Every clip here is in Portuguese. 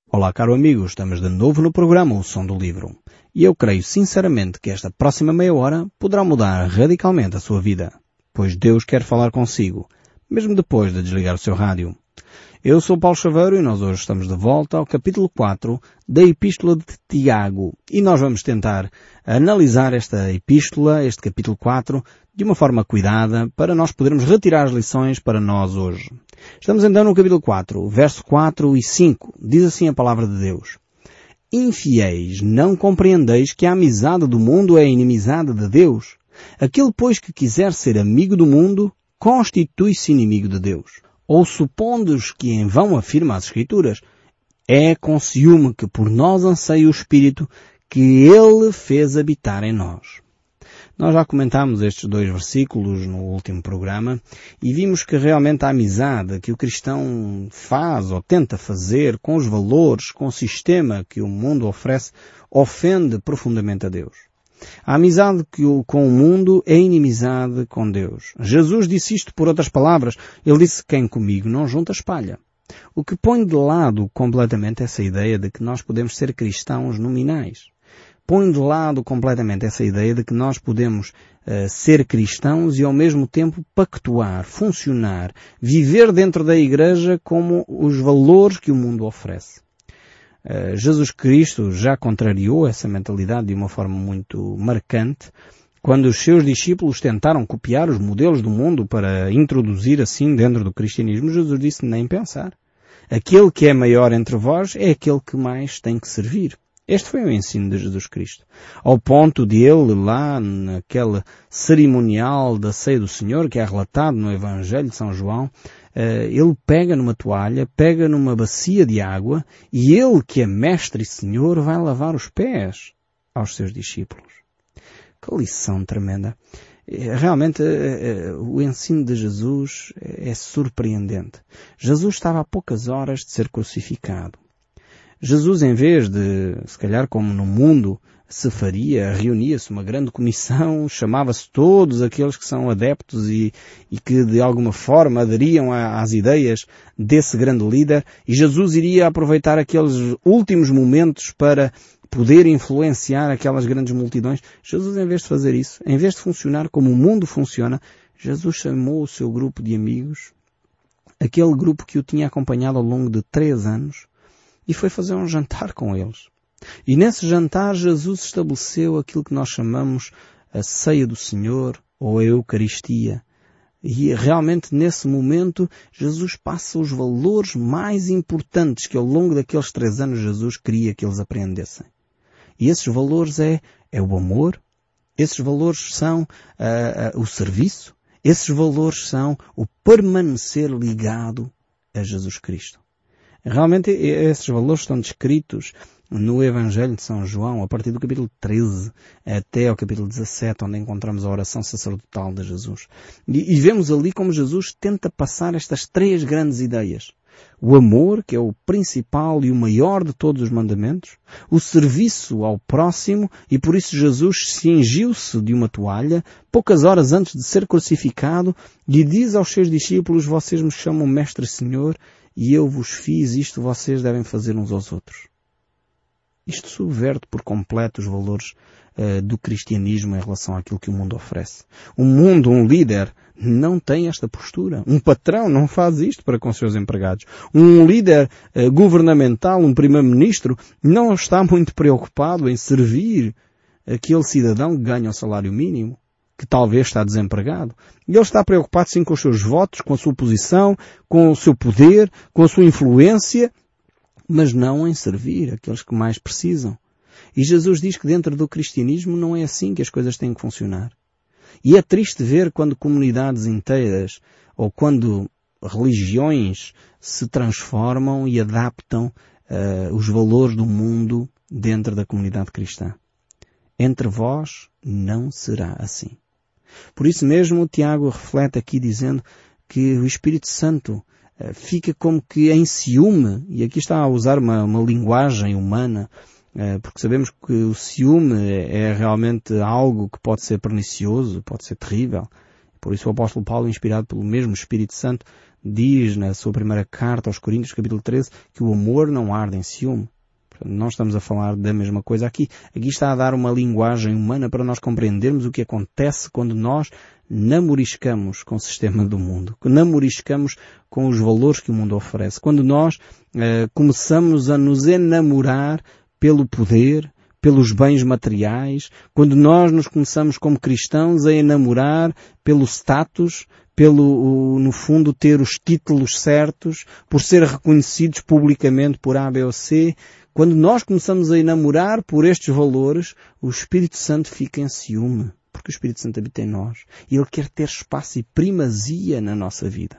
Olá, caro amigo, estamos de novo no programa O Som do Livro. E eu creio sinceramente que esta próxima meia hora poderá mudar radicalmente a sua vida, pois Deus quer falar consigo, mesmo depois de desligar o seu rádio. Eu sou Paulo Chaveiro e nós hoje estamos de volta ao capítulo 4 da Epístola de Tiago. E nós vamos tentar analisar esta epístola, este capítulo 4, de uma forma cuidada, para nós podermos retirar as lições para nós hoje. Estamos então no capítulo 4, verso 4 e 5. Diz assim a palavra de Deus: Infiéis, não compreendeis que a amizade do mundo é a inimizade de Deus? Aquele, pois, que quiser ser amigo do mundo, constitui-se inimigo de Deus. Ou supondes que em vão afirma as Escrituras, é com ciúme que por nós anseia o Espírito que Ele fez habitar em nós. Nós já comentámos estes dois versículos no último programa e vimos que realmente a amizade que o cristão faz ou tenta fazer com os valores, com o sistema que o mundo oferece, ofende profundamente a Deus. A amizade com o mundo é inimizade com Deus. Jesus disse isto por outras palavras. Ele disse: quem comigo não junta espalha. O que põe de lado completamente essa ideia de que nós podemos ser cristãos nominais. Põe de lado completamente essa ideia de que nós podemos ser cristãos e ao mesmo tempo pactuar, funcionar, viver dentro da igreja como os valores que o mundo oferece. Jesus Cristo já contrariou essa mentalidade de uma forma muito marcante quando os seus discípulos tentaram copiar os modelos do mundo para introduzir assim dentro do cristianismo. Jesus disse: nem pensar. Aquele que é maior entre vós é aquele que mais tem que servir. Este foi o ensino de Jesus Cristo. Ao ponto de ele, lá naquele cerimonial da ceia do Senhor, que é relatado no Evangelho de São João, ele pega numa toalha, pega numa bacia de água, e ele, que é mestre e Senhor, vai lavar os pés aos seus discípulos. Que lição tremenda! Realmente, o ensino de Jesus é surpreendente. Jesus estava a poucas horas de ser crucificado. Jesus, em vez de, se calhar como no mundo se faria, reunia-se uma grande comissão, chamava-se todos aqueles que são adeptos e que de alguma forma aderiam às ideias desse grande líder, e Jesus iria aproveitar aqueles últimos momentos para poder influenciar aquelas grandes multidões. Jesus, em vez de fazer isso, em vez de funcionar como o mundo funciona, Jesus chamou o seu grupo de amigos, aquele grupo que o tinha acompanhado ao longo de 3 anos, e foi fazer um jantar com eles. E nesse jantar Jesus estabeleceu aquilo que nós chamamos a ceia do Senhor ou a Eucaristia. E realmente nesse momento Jesus passa os valores mais importantes que ao longo daqueles 3 anos Jesus queria que eles aprendessem. E esses valores é o amor, esses valores são o serviço, esses valores são o permanecer ligado a Jesus Cristo. Realmente esses valores estão descritos no Evangelho de São João, a partir do capítulo 13 até ao capítulo 17, onde encontramos a oração sacerdotal de Jesus. E vemos ali como Jesus tenta passar estas 3 grandes ideias. O amor, que é o principal e o maior de todos os mandamentos. O serviço ao próximo, e por isso Jesus cingiu-se de uma toalha, poucas horas antes de ser crucificado, e diz aos seus discípulos: vocês me chamam Mestre e Senhor, e eu vos fiz isto, vocês devem fazer uns aos outros. Isto subverte por completo os valores do cristianismo em relação àquilo que o mundo oferece. O mundo, um líder, não tem esta postura. Um patrão não faz isto para com os seus empregados. Um líder governamental, um primeiro-ministro, não está muito preocupado em servir aquele cidadão que ganha o salário mínimo, que talvez está desempregado. E ele está preocupado sim com os seus votos, com a sua posição, com o seu poder, com a sua influência, mas não em servir aqueles que mais precisam. E Jesus diz que dentro do cristianismo não é assim que as coisas têm que funcionar. E é triste ver quando comunidades inteiras ou quando religiões se transformam e adaptam os valores do mundo dentro da comunidade cristã. Entre vós não será assim. Por isso mesmo, Tiago reflete aqui dizendo que o Espírito Santo fica como que em ciúme, e aqui está a usar uma linguagem humana, porque sabemos que o ciúme é realmente algo que pode ser pernicioso, pode ser terrível. Por isso o apóstolo Paulo, inspirado pelo mesmo Espírito Santo, diz na sua primeira carta aos Coríntios, capítulo 13, que o amor não arde em ciúme. Portanto, não estamos a falar da mesma coisa aqui. Aqui está a dar uma linguagem humana para nós compreendermos o que acontece quando nós namoriscamos com o sistema do mundo, namoriscamos com os valores que o mundo oferece. Quando nós começamos a nos enamorar pelo poder, pelos bens materiais, quando nós nos começamos como cristãos a enamorar pelo status, no fundo, ter os títulos certos, por ser reconhecidos publicamente por A, B ou C, quando nós começamos a enamorar por estes valores, o Espírito Santo fica em ciúme, porque o Espírito Santo habita em nós e Ele quer ter espaço e primazia na nossa vida.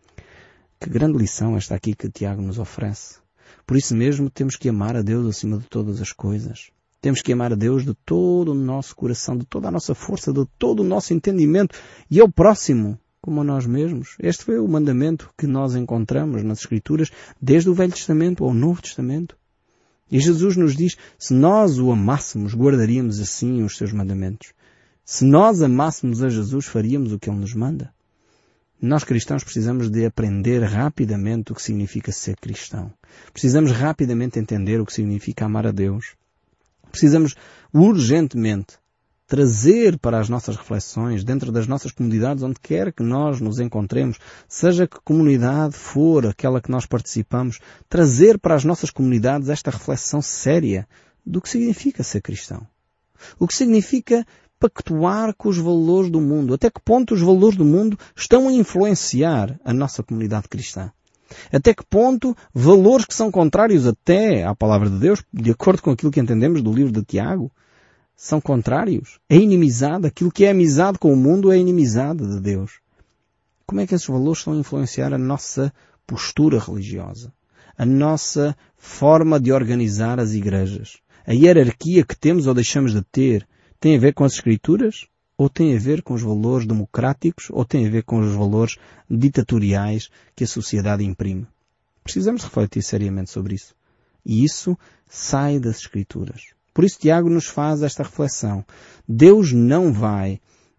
Que grande lição esta aqui que Tiago nos oferece. Por isso mesmo temos que amar a Deus acima de todas as coisas. Temos que amar a Deus de todo o nosso coração, de toda a nossa força, de todo o nosso entendimento e ao próximo, como a nós mesmos. Este foi o mandamento que nós encontramos nas Escrituras, desde o Velho Testamento ao Novo Testamento. E Jesus nos diz, se nós o amássemos, guardaríamos assim os seus mandamentos. Se nós amássemos a Jesus, faríamos o que Ele nos manda. Nós cristãos precisamos de aprender rapidamente o que significa ser cristão. Precisamos rapidamente entender o que significa amar a Deus. Precisamos urgentemente trazer para as nossas reflexões, dentro das nossas comunidades, onde quer que nós nos encontremos, seja que comunidade for aquela que nós participamos, trazer para as nossas comunidades esta reflexão séria do que significa ser cristão. O que significa pactuar com os valores do mundo. Até que ponto os valores do mundo estão a influenciar a nossa comunidade cristã? Até que ponto valores que são contrários até à palavra de Deus, de acordo com aquilo que entendemos do livro de Tiago, são contrários? É inimizade. Aquilo que é amizade com o mundo é inimizade de Deus. Como é que esses valores estão a influenciar a nossa postura religiosa? A nossa forma de organizar as igrejas? A hierarquia que temos ou deixamos de ter tem a ver com as Escrituras? Ou tem a ver com os valores democráticos, ou tem a ver com os valores ditatoriais que a sociedade imprime? Precisamos refletir seriamente sobre isso. E isso sai das Escrituras. Por isso Tiago nos faz esta reflexão. Deus não vai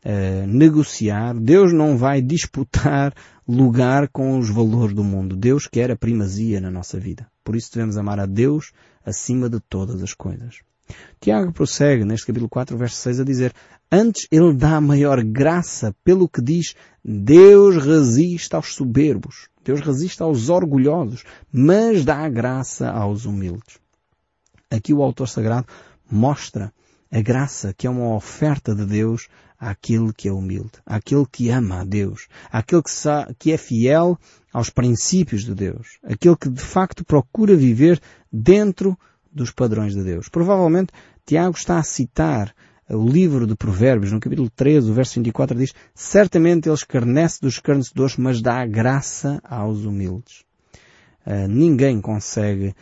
negociar, Deus não vai disputar lugar com os valores do mundo. Deus quer a primazia na nossa vida. Por isso devemos amar a Deus acima de todas as coisas. Tiago prossegue neste capítulo 4, verso 6 a dizer: antes Ele dá maior graça, pelo que diz, Deus resiste aos soberbos, Deus resiste aos orgulhosos, mas dá graça aos humildes. Aqui o autor sagrado mostra a graça que é uma oferta de Deus àquele que é humilde, àquele que ama a Deus, àquele que é fiel aos princípios de Deus, aquele que de facto procura viver dentro dos padrões de Deus. Provavelmente Tiago está a citar o livro de Provérbios, no capítulo 13, o verso 24 diz: certamente ele escarnece dos escarnecedores, mas dá graça aos humildes. Ninguém consegue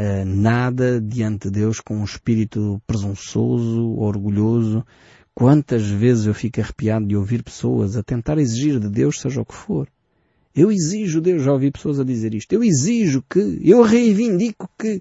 nada diante de Deus com um espírito presunçoso, orgulhoso. Quantas vezes eu fico arrepiado de ouvir pessoas a tentar exigir de Deus seja o que for. Eu exijo Deus, já ouvi pessoas a dizer isto. Eu exijo que, eu reivindico que.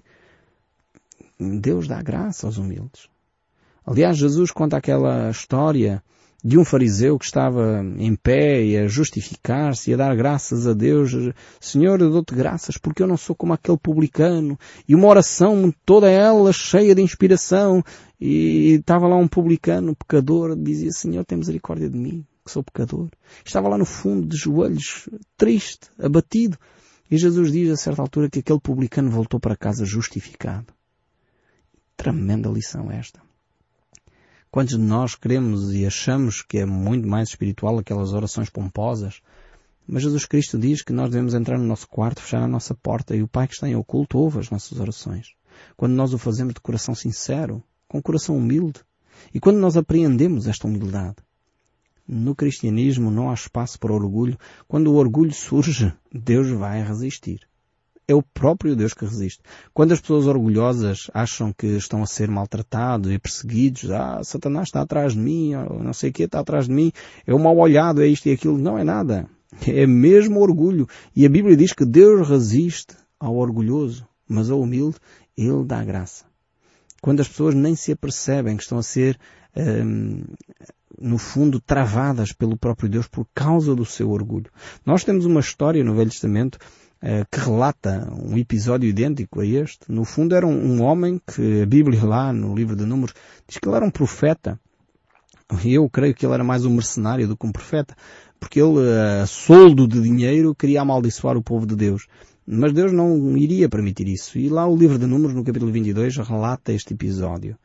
Deus dá graça aos humildes. Aliás, Jesus conta aquela história de um fariseu que estava em pé e a justificar-se e a dar graças a Deus. Senhor, eu dou-te graças porque eu não sou como aquele publicano. E uma oração toda ela cheia de inspiração. E estava lá um publicano, pecador, dizia: Senhor, tem misericórdia de mim, que sou pecador. Estava lá no fundo, de joelhos, triste, abatido. E Jesus diz a certa altura que aquele publicano voltou para casa justificado. Tremenda lição esta. Quantos de nós queremos e achamos que é muito mais espiritual aquelas orações pomposas? Mas Jesus Cristo diz que nós devemos entrar no nosso quarto, fechar a nossa porta, e o Pai que está em oculto ouve as nossas orações. Quando nós o fazemos de coração sincero, com coração humilde, e quando nós apreendemos esta humildade. No cristianismo não há espaço para orgulho. Quando o orgulho surge, Deus vai resistir. É o próprio Deus que resiste. Quando as pessoas orgulhosas acham que estão a ser maltratados e perseguidos, Satanás está atrás de mim, ou não sei o que está atrás de mim, é o mal olhado, é isto e aquilo. Não é nada. É mesmo orgulho. E a Bíblia diz que Deus resiste ao orgulhoso, mas ao humilde Ele dá graça. Quando as pessoas nem se apercebem que estão a ser no fundo, travadas pelo próprio Deus por causa do seu orgulho. Nós temos uma história no Velho Testamento que relata um episódio idêntico a este. No fundo era um homem que a Bíblia lá no livro de Números diz que ele era um profeta. Eu creio que ele era mais um mercenário do que um profeta, porque ele, a soldo de dinheiro, queria amaldiçoar o povo de Deus. Mas Deus não iria permitir isso. E lá o livro de Números, no capítulo 22, relata este episódio.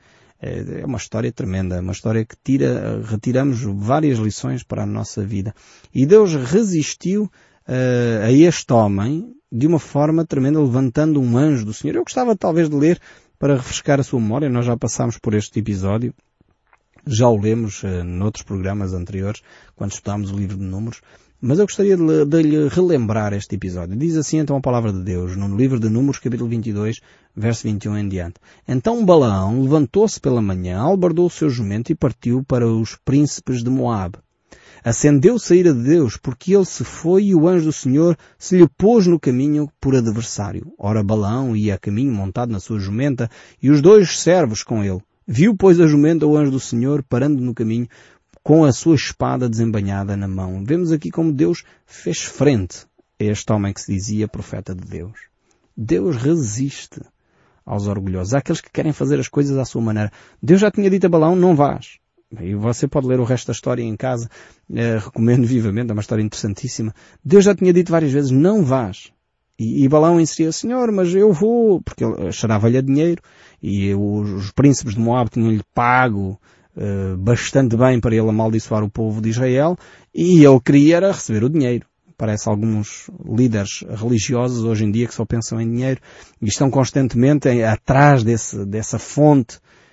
É uma história tremenda, uma história que retiramos várias lições para a nossa vida. E Deus resistiu a este homem de uma forma tremenda, levantando um anjo do Senhor. Eu gostava talvez de ler para refrescar a sua memória. Nós já passámos por este episódio. Já o lemos noutros programas anteriores, quando estudámos o livro de Números. Mas eu gostaria de lhe relembrar este episódio. Diz assim então a palavra de Deus, no livro de Números, capítulo 22, verso 21 em diante. Então Balaão levantou-se pela manhã, albardou o seu jumento e partiu para os príncipes de Moabe. Acendeu-se a ira de Deus, porque ele se foi e o anjo do Senhor se lhe pôs no caminho por adversário. Ora Balaão ia a caminho montado na sua jumenta e os 2 servos com ele. Viu, pois, a jumenta o anjo do Senhor parando no caminho com a sua espada desembainhada na mão. Vemos aqui como Deus fez frente a este homem que se dizia profeta de Deus. Deus resiste aos orgulhosos, àqueles que querem fazer as coisas à sua maneira. Deus já tinha dito a Balaão, não vás. E você pode ler o resto da história em casa, recomendo vivamente, é uma história interessantíssima. Deus já tinha dito várias vezes, não vás. E Balaão insistia, Senhor, mas eu vou, porque ele charava-lhe a dinheiro, e os príncipes de Moab tinham-lhe pago bastante bem para ele amaldiçoar o povo de Israel, e ele queria era receber o dinheiro. Parece alguns líderes religiosos hoje em dia que só pensam em dinheiro e estão constantemente atrás dessa fonte.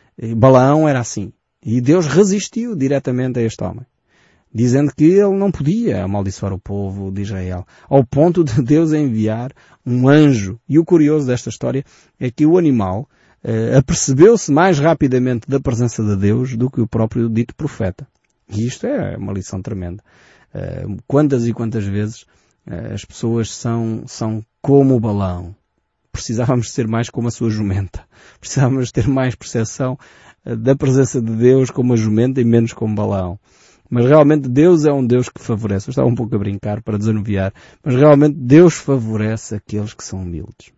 Balaão era assim. E Deus resistiu diretamente a este homem, dizendo que ele não podia amaldiçoar o povo de Israel, ao ponto de Deus enviar um anjo. E o curioso desta história é que o animal apercebeu-se mais rapidamente da presença de Deus do que o próprio dito profeta. E isto é uma lição tremenda. Quantas e quantas vezes as pessoas são como o Balaão. Precisávamos ser mais como a sua jumenta. Precisávamos ter mais percepção da presença de Deus como a jumenta e menos como Balaão. Mas realmente Deus é um Deus que favorece. Eu estava um pouco a brincar para desanuviar, mas realmente Deus favorece aqueles que são humildes.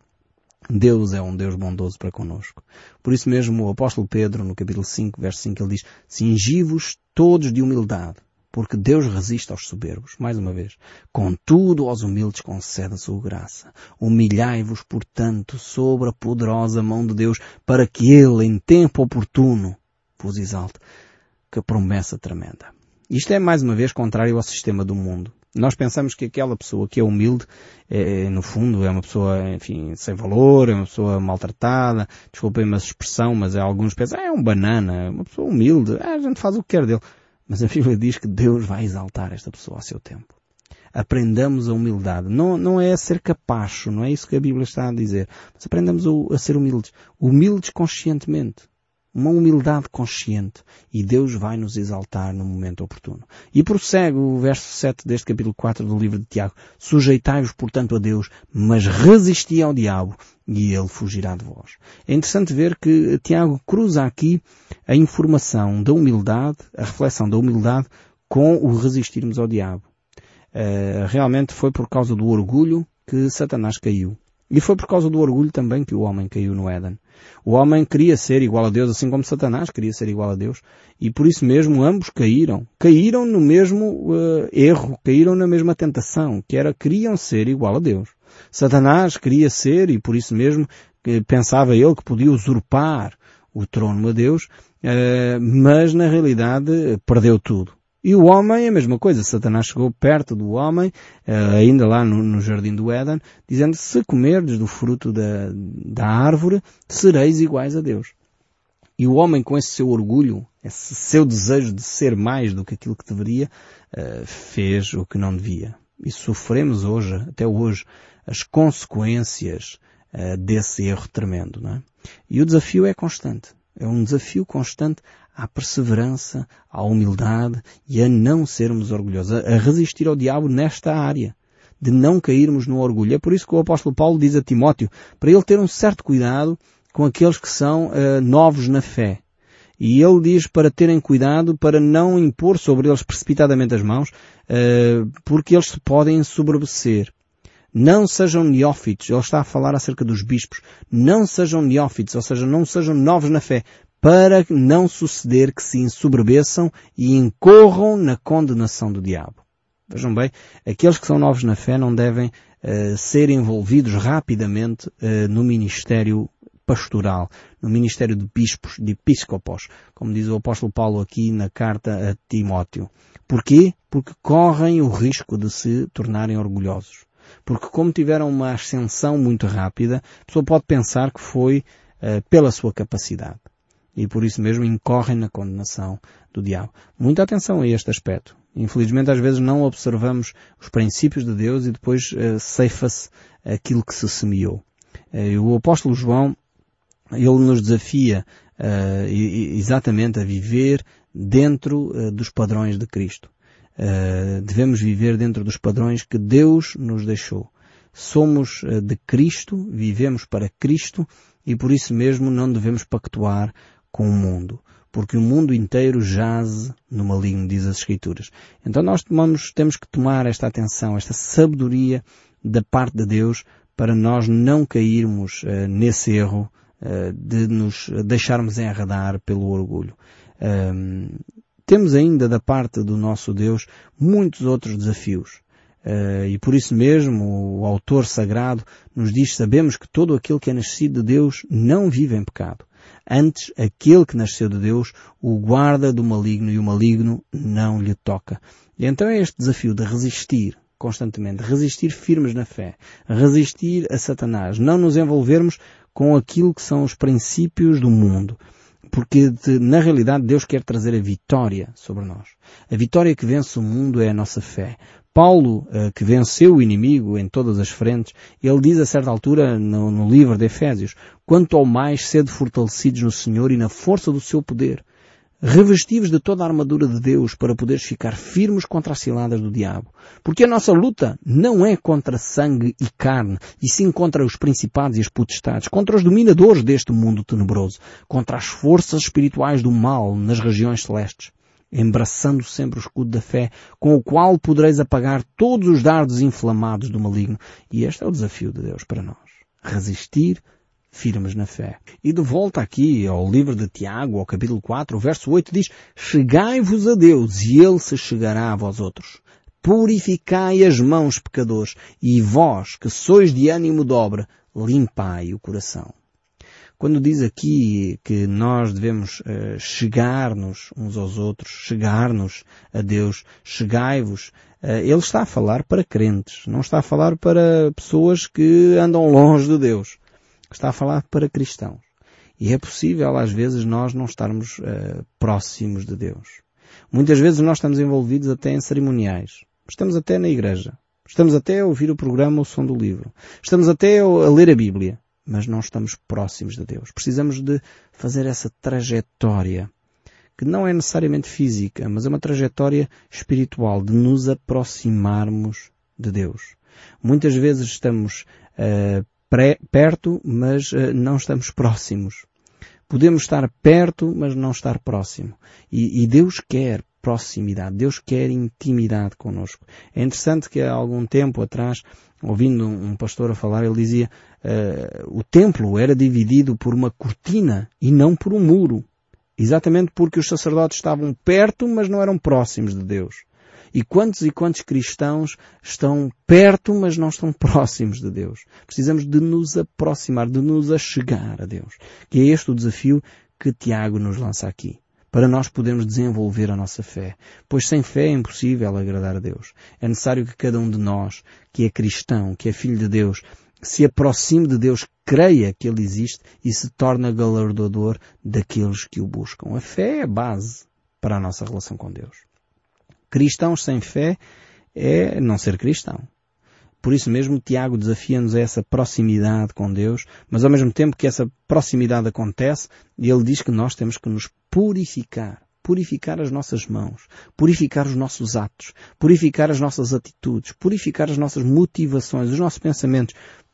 Deus é um Deus bondoso para connosco. Por isso mesmo o apóstolo Pedro, no capítulo 5, verso 5, ele diz, cingi-vos todos de humildade, porque Deus resiste aos soberbos. Mais uma vez. Contudo, aos humildes concede a sua graça. Humilhai-vos, portanto, sobre a poderosa mão de Deus, para que Ele, em tempo oportuno, vos exalte. Que promessa tremenda. Isto é, mais uma vez, contrário ao sistema do mundo. Nós pensamos que aquela pessoa que é humilde, no fundo, é uma pessoa, enfim, sem valor, é uma pessoa maltratada. Desculpem-me a expressão, mas alguns pensam, é um banana, é uma pessoa humilde, a gente faz o que quer dele. Mas a Bíblia diz que Deus vai exaltar esta pessoa a seu tempo. Aprendamos a humildade. Não é a ser capacho, não é isso que a Bíblia está a dizer. Mas aprendamos a ser humildes. Humildes conscientemente. Uma humildade consciente. E Deus vai nos exaltar no momento oportuno. E prossegue o verso 7 deste capítulo 4 do livro de Tiago. Sujeitai-vos, portanto, a Deus, mas resisti ao diabo, e ele fugirá de vós. É interessante ver que Tiago cruza aqui a informação da humildade, a reflexão da humildade, com o resistirmos ao diabo. Realmente foi por causa do orgulho que Satanás caiu. E foi por causa do orgulho também que o homem caiu no Éden. O homem queria ser igual a Deus, assim como Satanás queria ser igual a Deus. E por isso mesmo ambos caíram. Caíram no mesmo erro, caíram na mesma tentação, que era queriam ser igual a Deus. Satanás queria ser, e por isso mesmo pensava ele que podia usurpar o trono a Deus, mas na realidade perdeu tudo. E o homem é a mesma coisa. Satanás chegou perto do homem, ainda lá no jardim do Éden, dizendo, se comerdes do fruto da árvore, sereis iguais a Deus. E o homem, com esse seu orgulho, esse seu desejo de ser mais do que aquilo que deveria, fez o que não devia. E sofremos hoje, até hoje, as consequências desse erro tremendo, não é? E o desafio é constante. É um desafio constante à perseverança, à humildade e a não sermos orgulhosos, a resistir ao diabo nesta área, de não cairmos no orgulho. É por isso que o apóstolo Paulo diz a Timóteo, para ele ter um certo cuidado com aqueles que são novos na fé. E ele diz para terem cuidado para não impor sobre eles precipitadamente as mãos, porque eles se podem ensoberbecer. Não sejam neófitos, ele está a falar acerca dos bispos, não sejam neófitos, ou seja, não sejam novos na fé, para não suceder que se ensoberbeçam e incorram na condenação do diabo. Vejam bem, aqueles que são novos na fé não devem ser envolvidos rapidamente no ministério pastoral, no ministério de bispos, de episcopos, como diz o apóstolo Paulo aqui na carta a Timóteo. Porquê? Porque correm o risco de se tornarem orgulhosos. Porque como tiveram uma ascensão muito rápida, a pessoa pode pensar que foi pela sua capacidade. E por isso mesmo incorrem na condenação do diabo. Muita atenção a este aspecto. Infelizmente às vezes não observamos os princípios de Deus e depois ceifa-se aquilo que se semeou. O apóstolo João, ele nos desafia exatamente a viver dentro dos padrões de Cristo. Devemos viver dentro dos padrões que Deus nos deixou. Somos de Cristo, vivemos para Cristo e por isso mesmo não devemos pactuar com o mundo, porque o mundo inteiro jaz no maligno, diz as Escrituras. Então nós temos que tomar esta atenção, esta sabedoria da parte de Deus para nós não cairmos nesse erro de nos deixarmos enredar pelo orgulho. Temos ainda da parte do nosso Deus muitos outros desafios. E por isso mesmo o autor sagrado nos diz: sabemos que todo aquele que é nascido de Deus não vive em pecado. Antes, aquele que nasceu de Deus o guarda do maligno e o maligno não lhe toca. E então é este desafio de resistir constantemente, resistir firmes na fé, resistir a Satanás, não nos envolvermos com aquilo que são os princípios do mundo. Porque, na realidade, Deus quer trazer a vitória sobre nós. A vitória que vence o mundo é a nossa fé. Paulo, que venceu o inimigo em todas as frentes, ele diz a certa altura no livro de Efésios: quanto ao mais sede fortalecidos no Senhor e na força do seu poder, revestivos de toda a armadura de Deus para poderes ficar firmes contra as ciladas do diabo. Porque a nossa luta não é contra sangue e carne, e sim contra os principados e as potestades, contra os dominadores deste mundo tenebroso, contra as forças espirituais do mal nas regiões celestes, embraçando sempre o escudo da fé, com o qual podereis apagar todos os dardos inflamados do maligno. E este é o desafio de Deus para nós. Resistir firmes na fé. E de volta aqui ao livro de Tiago, ao capítulo 4, o verso 8 diz: chegai-vos a Deus e Ele se chegará a vós outros. Purificai as mãos, pecadores, e vós, que sois de ânimo dobre, limpai o coração. Quando diz aqui que nós devemos chegar-nos uns aos outros, chegar-nos a Deus, chegai-vos, ele está a falar para crentes, não está a falar para pessoas que andam longe de Deus. Está a falar para cristãos. E é possível, às vezes, nós não estarmos próximos de Deus. Muitas vezes nós estamos envolvidos até em cerimoniais. Estamos até na igreja. Estamos até a ouvir o programa O Som do Livro. Estamos até a ler a Bíblia. Mas não estamos próximos de Deus. Precisamos de fazer essa trajetória, que não é necessariamente física, mas é uma trajetória espiritual, de nos aproximarmos de Deus. Muitas vezes estamos perto, mas não estamos próximos. Podemos estar perto, mas não estar próximo. E Deus quer proximidade, Deus quer intimidade connosco. É interessante que há algum tempo atrás, ouvindo um pastor a falar, ele dizia o templo era dividido por uma cortina e não por um muro. Exatamente porque os sacerdotes estavam perto, mas não eram próximos de Deus. E quantos cristãos estão perto, mas não estão próximos de Deus? Precisamos de nos aproximar, de nos achegar a Deus. Que é este o desafio que Tiago nos lança aqui, para nós podermos desenvolver a nossa fé. Pois sem fé é impossível agradar a Deus. É necessário que cada um de nós, que é cristão, que é filho de Deus, se aproxime de Deus, creia que Ele existe e se torne galardoador daqueles que o buscam. A fé é a base para a nossa relação com Deus. Cristãos sem fé é não ser cristão. Por isso mesmo, Tiago desafia-nos a essa proximidade com Deus, mas ao mesmo tempo que essa proximidade acontece, ele diz que nós temos que nos purificar. Purificar as nossas mãos, purificar os nossos atos, purificar as nossas atitudes, purificar as nossas motivações, os nossos pensamentos,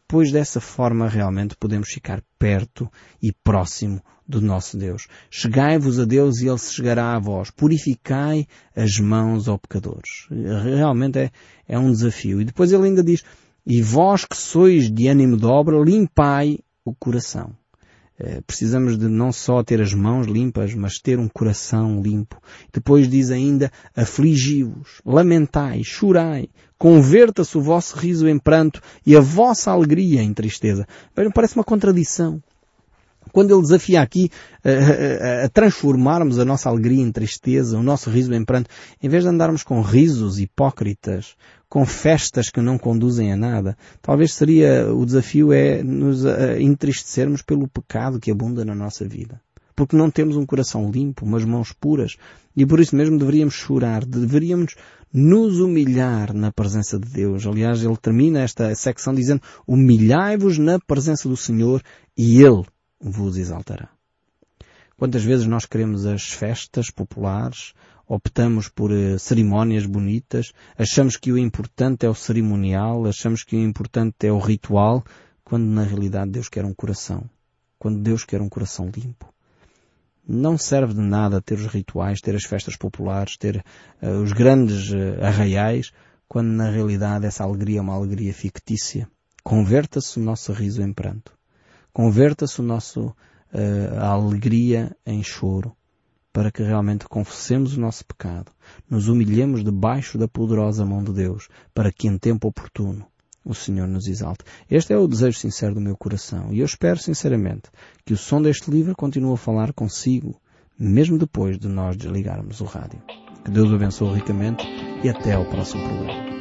pois dessa forma realmente podemos ficar perto e próximo do nosso Deus. Chegai-vos a Deus e Ele se chegará a vós. Purificai as mãos ao pecadores. Realmente é um desafio. E depois ele ainda diz, e vós que sois de ânimo de obra, limpai o coração. Precisamos de não só ter as mãos limpas, mas ter um coração limpo. Depois diz ainda, afligi-vos, lamentai, chorai, converta-se o vosso riso em pranto e a vossa alegria em tristeza. Vejam, parece uma contradição. Quando ele desafia aqui a transformarmos a nossa alegria em tristeza, o nosso riso em pranto, em vez de andarmos com risos hipócritas, com festas que não conduzem a nada, talvez o desafio é nos entristecermos pelo pecado que abunda na nossa vida. Porque não temos um coração limpo, umas mãos puras, e por isso mesmo deveríamos chorar, deveríamos nos humilhar na presença de Deus. Aliás, ele termina esta secção dizendo, humilhai-vos na presença do Senhor e Ele vos exaltará. Quantas vezes nós queremos as festas populares, optamos por cerimónias bonitas, achamos que o importante é o cerimonial, achamos que o importante é o ritual, quando na realidade Deus quer um coração. Quando Deus quer um coração limpo. Não serve de nada ter os rituais, ter as festas populares, ter os grandes arraiais, quando na realidade essa alegria é uma alegria fictícia. Converta-se o nosso riso em pranto. Converta-se a alegria em choro, para que realmente confessemos o nosso pecado, nos humilhemos debaixo da poderosa mão de Deus, para que em tempo oportuno o Senhor nos exalte. Este é o desejo sincero do meu coração, e eu espero sinceramente que o som deste livro continue a falar consigo, mesmo depois de nós desligarmos o rádio. Que Deus o abençoe ricamente e até ao próximo programa.